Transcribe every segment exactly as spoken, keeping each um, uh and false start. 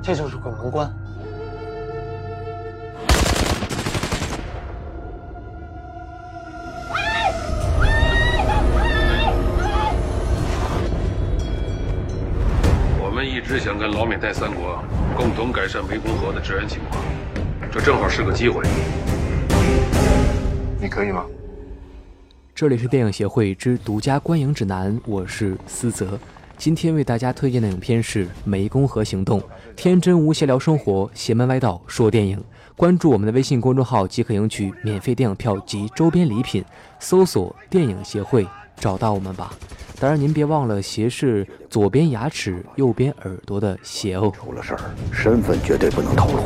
这就是鬼门关。 我们一直想跟老缅泰三国共同改善湄公河的治安情况，这正好是个机会。你可以吗？ 这里是电影协会之独家观影指南，我是思泽。今天为大家推荐的影片是《湄公河行动》，天真无邪聊生活，邪门歪道说电影。关注我们的微信公众号即可领取免费电影票及周边礼品，搜索电影协会找到我们吧。当然您别忘了，斜是左边牙齿右边耳朵的斜哦。 出了事儿，身份绝对不能透露。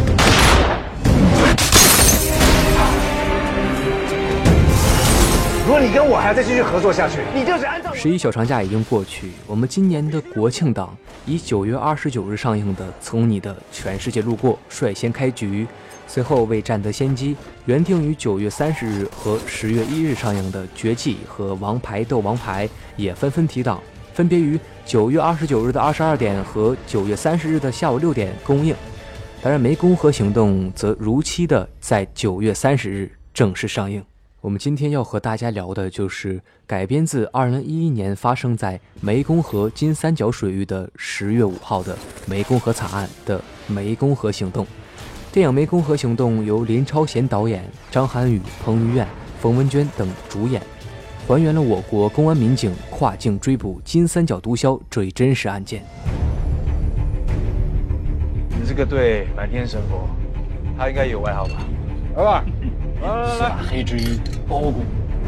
如果你跟我还要再继续合作下去，你就是按照十一小长假已经过去，我们今年的国庆档以九月二十九日上映的《从你的全世界路过》率先开局，随后为占得先机，原定于九月三十日和十月一日上映的《绝技》和《王牌斗王牌》也纷纷提档，分别于九月二十九日的二十二点和九月三十日的下午六点公映。当然，《湄公河行动》则如期的在九月三十日正式上映。我们今天要和大家聊的就是改编自二零一一年发生在湄公河金三角水域的十月五号的湄公河惨案的《湄公河行动》。电影《湄公河行动》由林超贤导演，张涵予、彭于晏、冯文娟等主演，还原了我国公安民警跨境追捕金三角毒枭这一真实案件。 你这个对满天神佛，他应该有外号吧？老板，来来来， 大黑之一包公。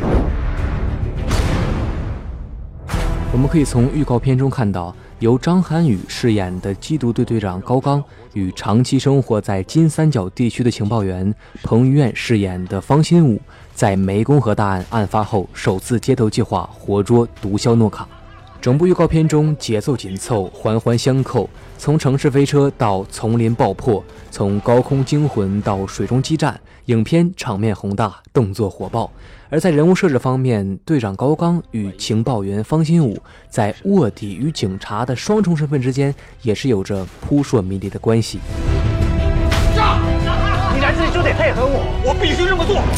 我们可以从预告片中看到，由张涵予饰演的缉毒队队长高刚与长期生活在金三角地区的情报员彭于晏饰演的方新武，在湄公河大案案发后首次街头计划活捉毒枭诺卡。整部预告片中节奏紧凑，环环相扣，从城市飞车到丛林爆破，从高空惊魂到水中激战，影片场面宏大，动作火爆。而在人物设置方面，队长高刚与情报员方新武在卧底与警察的双重身份之间也是有着扑朔迷离的关系。 上！你来这里就得配合我，我必须这么做。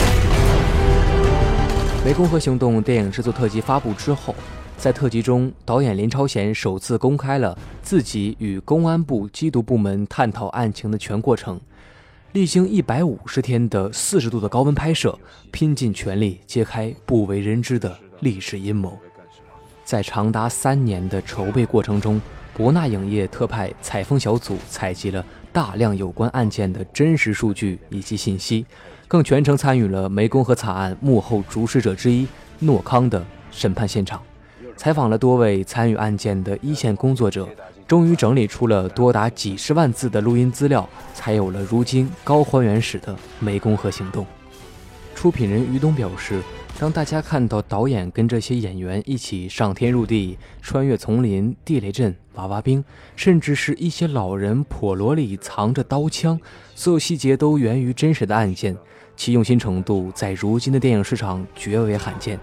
湄公河行动电影制作特辑发布之后，在特辑中，导演林超贤首次公开了自己与公安部缉毒部门探讨案情的全过程。历经一百五十天的四十度的高温拍摄，拼尽全力揭开不为人知的历史阴谋。在长达三年的筹备过程中，博纳影业特派采风小组采集了大量有关案件的真实数据以及信息，更全程参与了湄公河惨案幕后主使者之一诺康的审判现场，采访了多位参与案件的一线工作者，终于整理出了多达几十万字的录音资料，才有了如今高还原史的湄公河行动。出品人于东表示，当大家看到导演跟这些演员一起上天入地，穿越丛林、地雷阵、娃娃兵，甚至是一些老人笸箩里藏着刀枪，所有细节都源于真实的案件，其用心程度在如今的电影市场绝为罕见。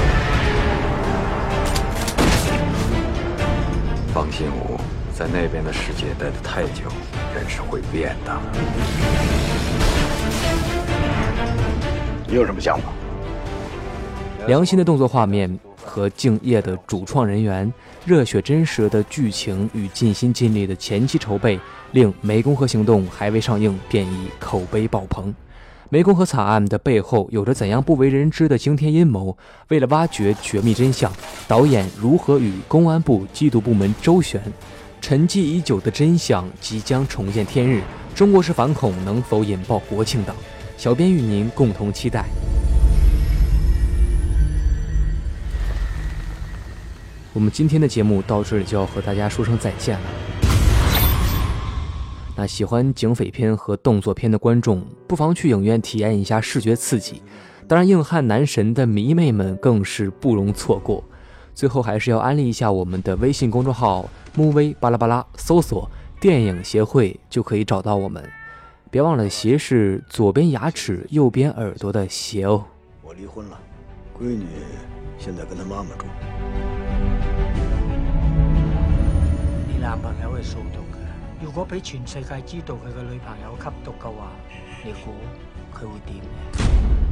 方新武在那边的世界待得太久，人是会变的。 你有什么想法？ 良心的动作画面和敬业的主创人员，热血真实的剧情与尽心尽力的前期筹备，令湄公河行动还未上映便已口碑爆棚。湄公河惨案的背后有着怎样不为人知的惊天阴谋？为了挖掘绝密真相，导演如何与公安部缉毒部门周旋？沉寂已久的真相即将重见天日，中国式反恐能否引爆国庆档？小编与您共同期待。我们今天的节目到这里就要和大家说声再见了。那喜欢警匪片和动作片的观众，不妨去影院体验一下视觉刺激。当然，硬汉男神的迷妹们更是不容错过。最后还是要安利一下我们的微信公众号 movie 巴拉巴拉，搜索电影协会就可以找到我们。别忘了斜是左边牙齿右边耳朵的斜哦。 我离婚了，闺女现在跟她妈妈住。 你男朋友嘅數獨嘅，要如果俾全世界知道佢嘅女朋友吸毒嘅話，你估佢會點呢？